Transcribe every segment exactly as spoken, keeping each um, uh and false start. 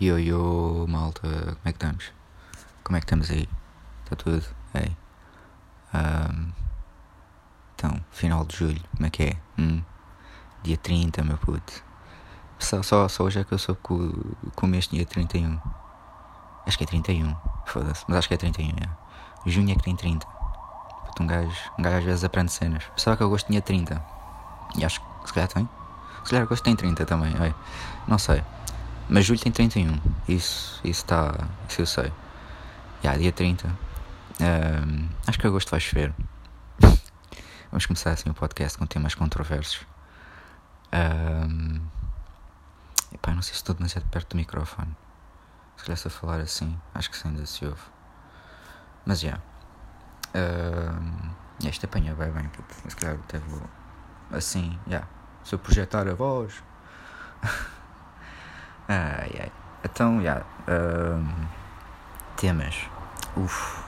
Yo, yo, malta, como é que estamos? Como é que estamos aí? Está tudo? Ei. Ahm, então, final de julho, como é que é? Hum? Dia trinta, meu puto. Só, só, só hoje é que eu soube que o, que o mês tinha trinta e um. Acho que é trinta e um, foda-se, mas acho que é trinta e um, é. Junho é que tem trinta. Puto, um gajo, um gajo às vezes aprende cenas. Pensava que agosto tinha trinta. E acho que se calhar tem. Se calhar agosto tem trinta também, ei. Não sei. Mas julho tem trinta e um. Isso, isso está. Isso eu sei. Já, yeah, dia trinta. Um, acho que agosto vai chover. Vamos começar assim o podcast com temas controversos. Um, epá, não sei se estou demasiado perto do microfone. Se calhar se eu falar assim, acho que ainda se ouve. Mas já. Yeah. Um, este apanha bem bem, puto. Se calhar até vou. Assim, já. Yeah. Se eu projetar a voz. Ai ai. Então, já. Yeah. Um, temas. Uff.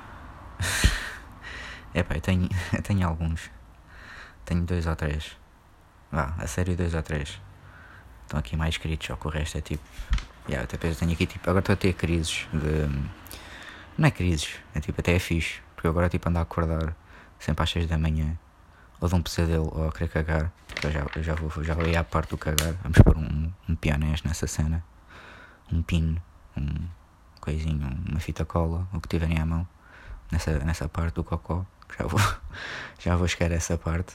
Epá, eu tenho, eu tenho alguns. Tenho dois ou três. Vá, a sério, dois ou três. Estão aqui mais escritos, só que o resto é tipo. Yeah, até eu tenho aqui tipo. Agora estou a ter crises de. Não é crises, é tipo, até é fixe. Porque eu agora tipo ando a acordar sempre às seis da manhã. Ou de um pesadelo, ou a querer cagar. Eu já, eu já vou já vou aí à parte do cagar. Vamos pôr um, um pianés nessa cena. Um pino, um coisinho, uma fita cola, o que tiverem à mão. Nessa, nessa parte do cocó. Já vou, já vou chegar a essa parte.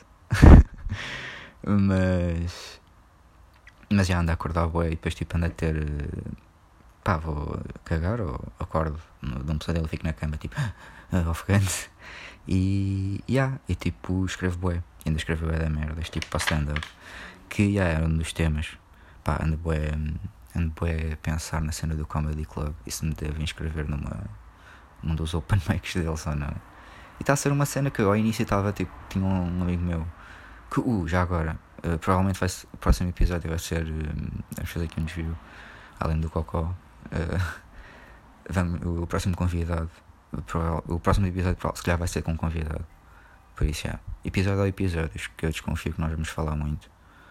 mas mas já ando a acordar bué e depois tipo ando a ter pá, vou cagar ou acordo de um pesadelo e fico na cama tipo ofegante e yeah, e tipo escrevo bué, ainda escrevo bué da merda, tipo para stand-up que yeah, era um dos temas, pá, ando bué ando bué a pensar na cena do Comedy Club e se me devo inscrever numa num dos open mics deles ou não. E está a ser uma cena que eu, ao início estava tipo, tinha um amigo meu que, uh, já agora, uh, provavelmente vai ser, o próximo episódio vai ser, uh, vamos fazer aqui um desvio, além do cocó, uh, vamos, o próximo convidado, o, o próximo episódio se calhar vai ser com um convidado, por isso já, episódio ou episódios, que eu desconfio que nós vamos falar muito,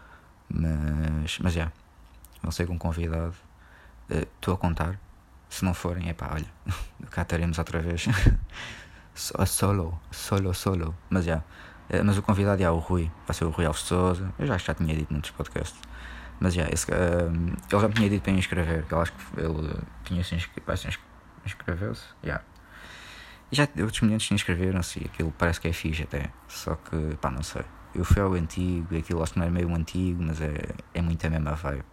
mas, mas já, vão ser com um convidado, estou uh, a contar, se não forem, é pá, olha, cá estaremos outra vez. Solo, solo, solo. Mas já. Yeah. Mas o convidado é o Rui. Vai ser o Rui Alves Souza. Eu já, já tinha dito noutros podcasts. Mas já. Yeah, esse, uh, ele já me tinha dito para inscrever. Eu acho que ele uh, tinha se inscrever. Inscreveu-se. Já. Yeah. E já outros meninos se inscreveram-se. E aquilo parece que é fixe até. Só que, pá, não sei. Eu fui ao antigo. E aquilo acho que não é meio antigo. Mas é, é muito a mesma vibe.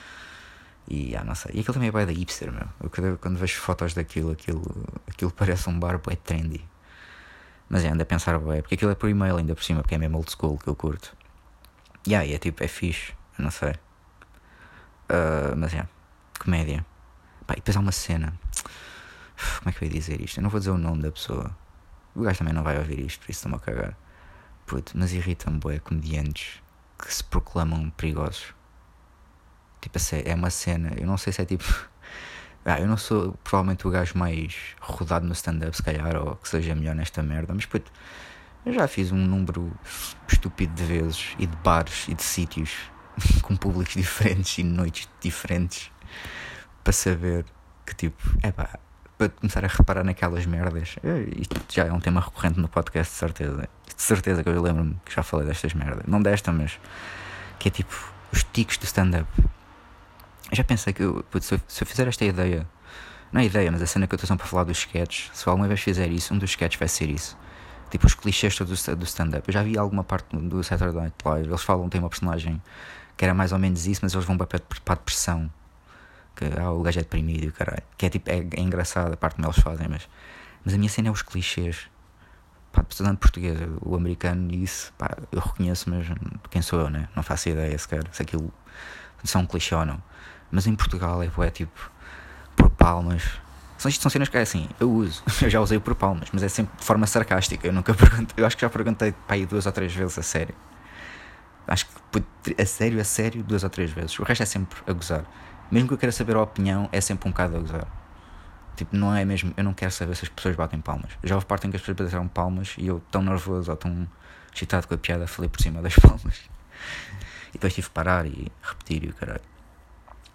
E ah, não sei. E aquilo também é bem da hipster, meu. Eu, quando, quando vejo fotos daquilo, aquilo, aquilo parece um bar bem trendy. Mas é, ando a pensar bem, porque aquilo é por e-mail ainda por cima, porque é mesmo old school que eu curto. E yeah, é tipo, é fixe, eu não sei. Uh, mas é, yeah, comédia. Pá, e depois há uma cena. Como é que eu ia dizer isto? Eu não vou dizer o nome da pessoa. O gajo também não vai ouvir isto, por isso estou-me a cagar. Puto, mas irritam-me bué comediantes que se proclamam perigosos. Tipo, é uma cena, eu não sei se é tipo. Ah, eu não sou provavelmente o gajo mais rodado no stand-up, se calhar, ou que seja melhor nesta merda, mas puto, eu já fiz um número estúpido de vezes, e de bares, e de sítios, com públicos diferentes e noites diferentes, para saber que tipo, é pá, para começar a reparar naquelas merdas. Isto já é um tema recorrente no podcast, de certeza. De certeza que eu lembro-me que já falei destas merdas. Não desta, mas que é tipo, os tiques do stand-up. Eu já pensei que eu, putz, se, eu, se eu fizer esta ideia, não é ideia, mas a cena que eu estou sempre a falar dos sketches, se eu alguma vez fizer isso, um dos sketches vai ser isso. Tipo os clichês todos do stand-up. Eu já vi alguma parte do Saturday Night Live, eles falam, tem uma personagem que era mais ou menos isso, mas eles vão para, para a depressão. Que ah, o gajo é deprimido e o caralho. Que é tipo, é, é engraçado a parte como eles fazem, mas, mas a minha cena é os clichês. Pá, estudando português, o americano e isso, pá, eu reconheço, mas quem sou eu, né? Não faço ideia sequer se aquilo são um clichê ou não. Mas em Portugal é, é tipo por palmas. São, isto são cenas que é assim, eu uso, eu já usei por palmas, mas é sempre de forma sarcástica. Eu nunca perguntei, eu acho que já perguntei para aí duas ou três vezes a sério. Acho que a sério, a sério, duas ou três vezes. O resto é sempre a gozar. Mesmo que eu queira saber a opinião, é sempre um bocado a gozar. Tipo, não é mesmo, eu não quero saber se as pessoas batem palmas. Já houve parte em que as pessoas bateram palmas e eu, tão nervoso ou tão excitado com a piada, falei por cima das palmas. E depois tive que parar e repetir e o caralho.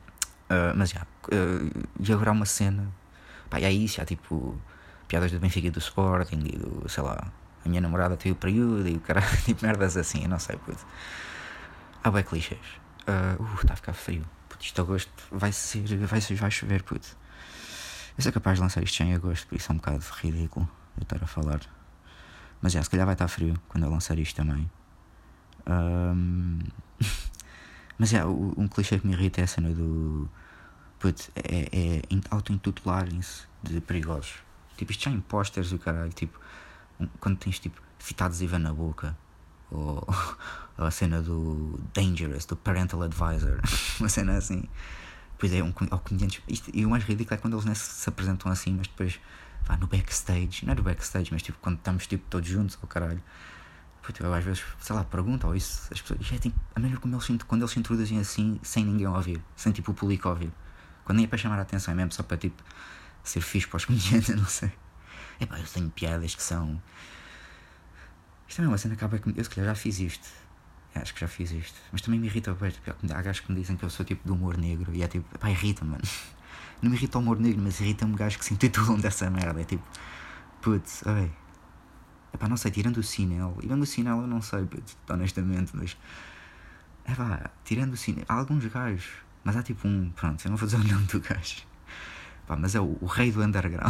Uh, mas já, uh, e agora há uma cena, pá, e é isso, há tipo piadas do Benfica e do Sporting e do, sei lá, a minha namorada teve o período e o caralho, tipo merdas assim, eu não sei, puto. Há bem clichês. Uh, uh, está a ficar frio. Puto, isto agosto vai ser, vai ser, vai chover, puto. Eu sou capaz de lançar isto já em agosto, por isso é um bocado ridículo eu estar a falar. Mas já, se calhar vai estar frio quando eu lançar isto também. Um... Mas já, um clichê que me irrita é a cena do. Puto, é, é auto-intitularem-se de perigosos. Tipo, isto já em posters e o caralho, tipo, um, quando tens tipo fita adesiva na boca, ou, ou a cena do Dangerous, do Parental Advisor, uma cena assim. Pois é, um, ao comediante. Isto, e o mais ridículo é quando eles nem se, se apresentam assim, mas depois vá no backstage, não é no backstage, mas tipo quando estamos tipo todos juntos, ao caralho. Puto, eu às vezes, sei lá, pergunto, ou isso, as pessoas, é tipo, a maneira como eles, quando eles se introduzem assim, sem ninguém ouvir, sem tipo o público ouvir. Quando nem é para chamar a atenção, é mesmo só para tipo ser fixe para os comediantes, não sei. É pá, eu tenho piadas que são. Isto também é uma cena que acaba com. Eu se calhar já fiz isto. Eu acho que já fiz isto. Mas também me irrita, porque há gajos que me dizem que eu sou tipo do humor negro e é tipo, pá, irrita-me, mano. Não me irrita o humor negro, mas irrita-me gajos que se intitulam dessa merda. É tipo, putz, ai. É pá, não sei, tirando o Sinel. Tirando o Sinel eu não sei, putz, honestamente, mas. É pá, tirando o Sinel. Há alguns gajos, mas há tipo um, pronto, eu não vou dizer o nome do gajo. Pá, mas é o, o rei do underground.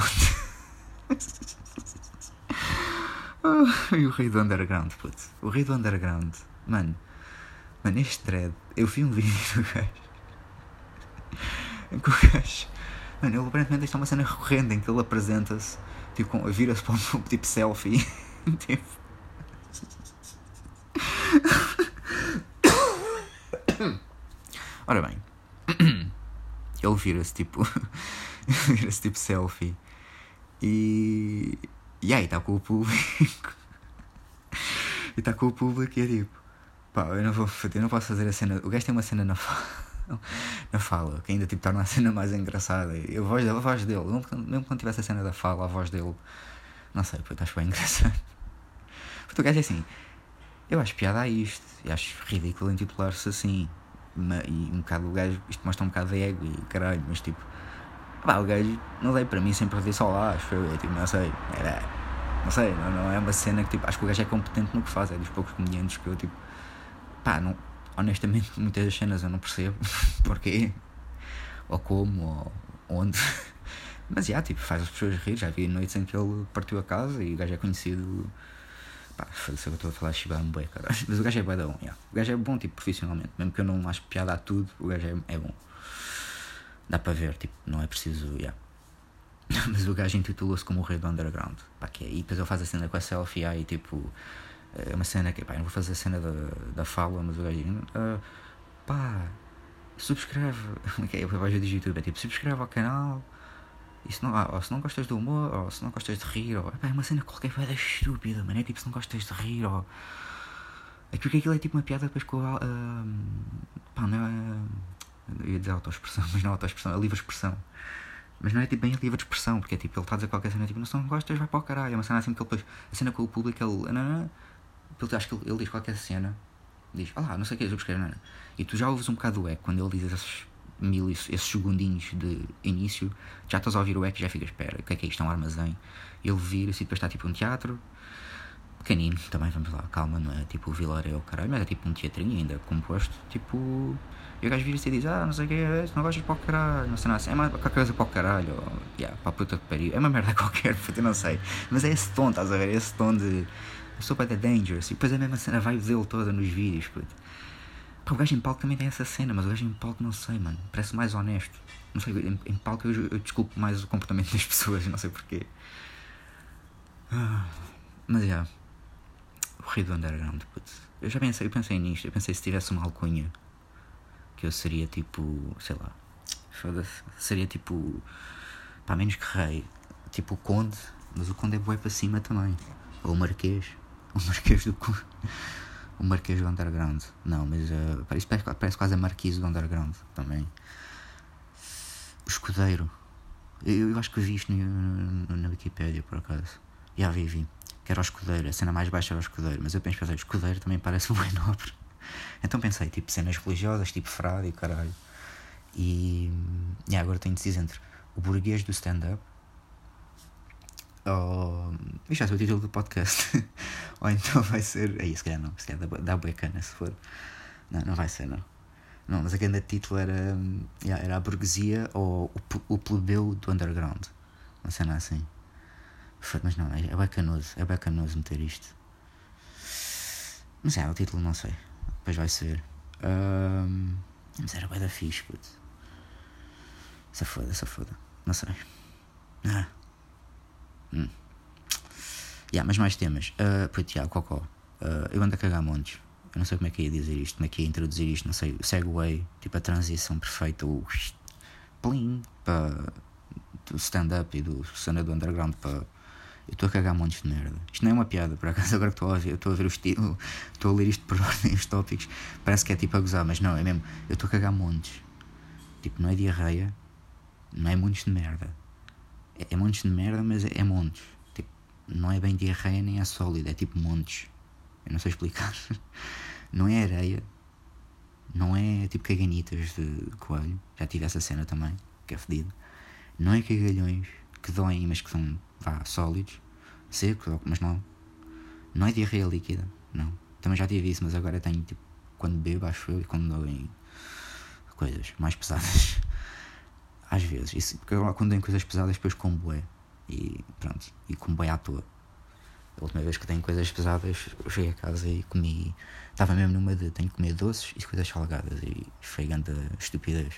Oh, e o rei do underground, putz. O rei do underground. Mano, mano, este thread, eu vi um vídeo do gajo em que o gajo, mano, ele aparentemente isto é uma cena recorrente em que ele apresenta-se, tipo, vira-se para um tipo selfie, tipo. Ora bem, ele vira-se tipo, vira-se tipo selfie e. E aí está com o público, e está com o público e é tipo. Pá, eu não vou eu não posso fazer a cena. O gajo tem uma cena na fala, na fala que ainda tipo torna a cena mais engraçada. E a voz dele, a voz dele, mesmo quando tivesse a cena da fala, a voz dele, não sei, pô, acho bem engraçado. Porque o gajo é assim, eu acho piada a isto, e acho ridículo intitular-se assim. E um bocado o gajo, isto mostra um bocado de ego e caralho, mas tipo, pá, o gajo, não sei, para mim sempre disse olá, acho eu, é, tipo, não sei, era, não sei, não, não é uma cena que tipo, acho que o gajo é competente no que faz, é dos poucos comediantes que eu tipo. Pá, não, honestamente, muitas das cenas eu não percebo porquê, ou como, ou onde. Mas já, tipo, faz as pessoas rir. Já vi noites em que ele partiu a casa e o gajo é conhecido. Pá, foda-se, eu estou a falar de Shiba Mbué, caralho. Mas o gajo é bué da bom, já. O gajo é bom, tipo, profissionalmente. Mesmo que eu não acho piada a tudo, o gajo é, é bom. Dá para ver, tipo, não é preciso, já. Mas o gajo intitulou-se como o rei do underground. Pá, que é, e depois ele faz a cena com a selfie, aí, tipo. É uma cena que, pá, eu não vou fazer a cena da, da fala, mas o gajo diz, uh, pá, subscreve, okay, eu vejo do YouTube, é tipo, subscreve ao canal, e se não, ou se não gostas do humor, ou se não gostas de rir, ou, pá, é uma cena qualquer coisa estúpida, mano, é tipo, se não gostas de rir, ou, é porque aquilo é tipo uma piada depois com a, uh, pá, não é, eu ia dizer autoexpressão, mas não é autoexpressão, é livre expressão. Mas não é tipo bem a livre expressão, porque é tipo, ele está a dizer qualquer cena, tipo, não, se não gostas, vai para o caralho, é uma cena assim que ele depois, a cena com o público, ele, não, não, não, acho que ele, ele diz qualquer cena, diz, ah lá, não sei o que, subscreve, não, não. E tu já ouves um bocado o eco quando ele diz esses mil, esses segundinhos de início, já estás a ouvir o eco e já ficas, espera, o que é que é isto? É um armazém. Ele vira-se e depois está tipo um teatro, pequenino, também, vamos lá, calma, não é tipo o Vilaré ou caralho, mas é tipo um teatrinho ainda composto, tipo. E o gajo vira-se e diz, ah, não sei o que é isso, não gostas para o caralho, não sei nada assim, é mais qualquer coisa para o caralho, ou, yeah, para a puta que pariu, é uma merda qualquer, puta, eu não sei. Mas é esse tom, estás a ver, é esse tom de. Eu sou para The Dangerous, e depois é a mesma cena, a vibe dele toda nos vídeos, puto. Pá, o gajo em palco também tem essa cena, mas o gajo em palco não sei, mano, parece mais honesto. Não sei, em, em palco eu, eu desculpo mais o comportamento das pessoas, não sei porquê. Ah, mas é. Yeah, o rei do underground, puto. Eu já pensei, eu pensei nisto, eu pensei se tivesse uma alcunha. Que eu seria tipo, sei lá, foda-se, seria tipo, pá, menos que rei, tipo o conde, mas o conde é bué para cima também, ou o marquês, o marquês do o marquês do underground, não, mas uh, parece, parece quase a marquise do underground também. O escudeiro, eu, eu acho que vi isto no, no, na Wikipédia por acaso, já vi, vi, que era o escudeiro, a cena mais baixa era o escudeiro, mas eu penso, pensei, o escudeiro também parece um bem nobre. Então pensei, tipo, cenas religiosas, tipo frade e caralho. E, E agora tenho indeciso entre o burguês do stand-up ou... Isto vai ser o título do podcast. Ou então vai ser... Aí, se calhar não, se calhar dá, dá bué cana se for. Não, não vai ser, não. Não, mas a grande título era, yeah, era a burguesia ou o, o plebeu do underground. Uma cena assim. Mas não, é bacanoso, é bacanoso meter isto. Mas é, o título não sei. Depois vai ser. Um, mas era bué da fixe, puto. Se foda, se foda. Não sei. Ah. Hum. Yeah, mas mais temas. Uh, puto, yeah, cocó. Uh, eu ando a cagar montes. Eu não sei como é que ia dizer isto, como é que ia introduzir isto, não sei, o segue, tipo a transição perfeita, o plim, para do stand-up e do stand-up do underground para... Eu estou a cagar montes de merda. Isto não é uma piada, por acaso, agora que estou a ver, estou a ver o estilo, estou a ler isto por ordem, os tópicos, parece que é tipo a gozar, mas não, é mesmo, eu estou a cagar montes. Tipo, não é diarreia, não é montes de merda. É, é montes de merda, mas é, é montes. Tipo, não é bem diarreia nem é sólido, é tipo montes. Eu não sei explicar. Não é areia. Não é tipo caganitas de coelho. Já tive essa cena também, que é fedido. Não é cagalhões que doem, mas que são, vá, sólidos, secos, mas não. Não é diarreia líquida, não. Também já tive isso, mas agora tenho tipo, quando bebo, acho eu, e quando doem coisas mais pesadas. Às vezes. Isso, porque agora, quando doem coisas pesadas, depois como bué. E pronto. E como bué à toa. A última vez que tenho coisas pesadas, eu cheguei a casa e comi. Estava mesmo numa de tenho que comer doces e coisas salgadas. E foi grande estupidez.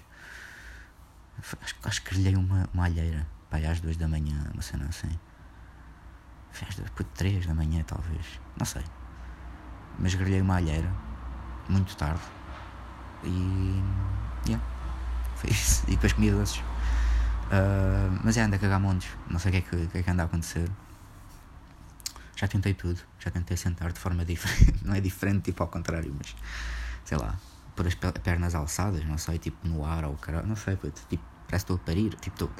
Acho, acho que grelhei uma, uma alheira. Pai, às duas da manhã, uma cena assim. Foi às duas, por três da manhã, talvez. Não sei. Mas grelhei uma alheira. Muito tarde. E. Yeah. Foi isso. E depois comi doces. Uh, mas é, anda a cagar montes. Não sei o que é que, que, é que anda a acontecer. Já tentei tudo, já tentei sentar de forma diferente, não é diferente, tipo ao contrário, mas sei lá, pôr as pernas alçadas, não sei, tipo no ar ou caralho, não sei, puto, tipo, parece que estou a parir, tipo estou.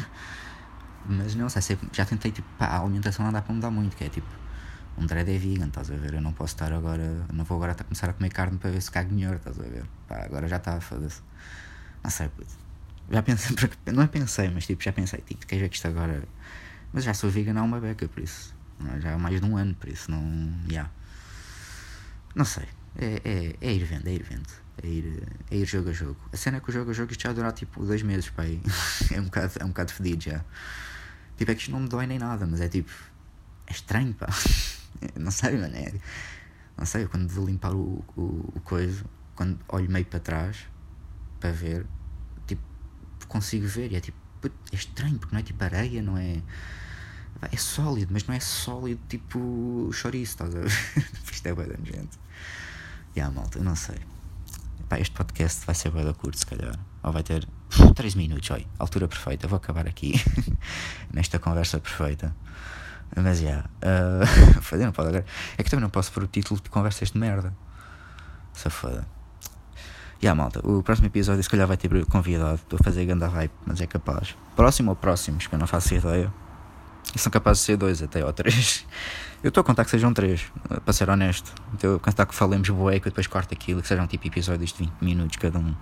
Mas não sei, já tentei, tipo, pá, a alimentação não dá para mudar muito, que é tipo, um dread é vegan, estás a ver? Eu não posso estar agora, não vou agora começar a comer carne para ver se cago melhor, estás a ver? Pá, agora já está, foda-se. Não sei, puto. Já pensei, não é pensei, mas tipo, já pensei, tipo, queres ver que isto agora. Mas já sou vegan há uma beca, por isso. Já há mais de um ano, por isso não. Yeah. Não sei. É, é, é ir vendo, é ir vendo. É ir, é ir jogo a jogo. A cena é que o jogo a jogo isto já durar tipo dois meses, pá. É um bocado, é um bocado fedido já. Tipo, é que isto não me dói nem nada, mas é tipo. É estranho, pá. Não sei, mano. É, não sei, eu quando vou limpar o, o, o coisa, quando olho meio para trás para ver, tipo, consigo ver e é tipo. É estranho, porque não é tipo areia, não é. É sólido, mas não é sólido tipo chouriço, estás a ver? Isto é bué da gente. E yeah, malta, eu não sei. Pá, este podcast vai ser bué da curto, se calhar. Ou vai ter três minutos, olha, altura perfeita. Vou acabar aqui nesta conversa perfeita. Mas já, yeah, uh, não pode agora. É que também não posso pôr o título de conversas de merda. Se foda. E yeah, malta, o próximo episódio se calhar vai ter convidado. Estou a fazer ganda hype, mas é capaz. Próximo ou próximos, que eu não faço ideia. E são capazes de ser dois até, ou três. Eu estou a contar que sejam três, para ser honesto. Estou a contar que falemos bué, que eu depois corto aquilo, que sejam tipo episódios de vinte minutos cada um.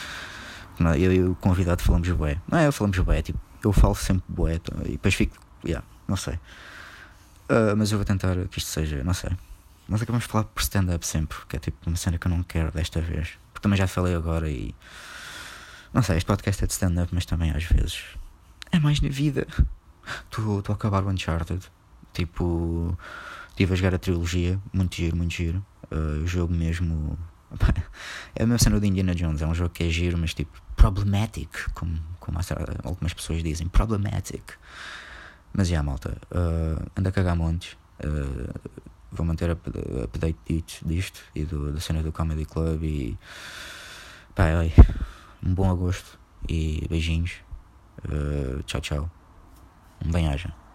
Eu e o convidado falamos bué. Não é eu falamos bué, tipo, eu falo sempre bué, e depois fico, yeah, não sei. Uh, mas eu vou tentar que isto seja, não sei. Nós acabamos de falar por stand-up sempre, que é tipo uma cena que eu não quero desta vez. Porque também já falei agora e... Não sei, este podcast é de stand-up, mas também às vezes é mais na vida. Estou a acabar o Uncharted. Tipo, estive a jogar a trilogia. Muito giro, muito giro. Uh, o jogo mesmo. É a mesma cena do Indiana Jones. É um jogo que é giro, mas tipo, problematic. Como, como algumas pessoas dizem. Problematic. Mas já, malta. Uh, anda a cagar montes. Uh, vou manter update disto, disto e do, da cena do Comedy Club. E. Pá, oi. Um bom agosto. E beijinhos. Uh, tchau, tchau. Um bem-aja.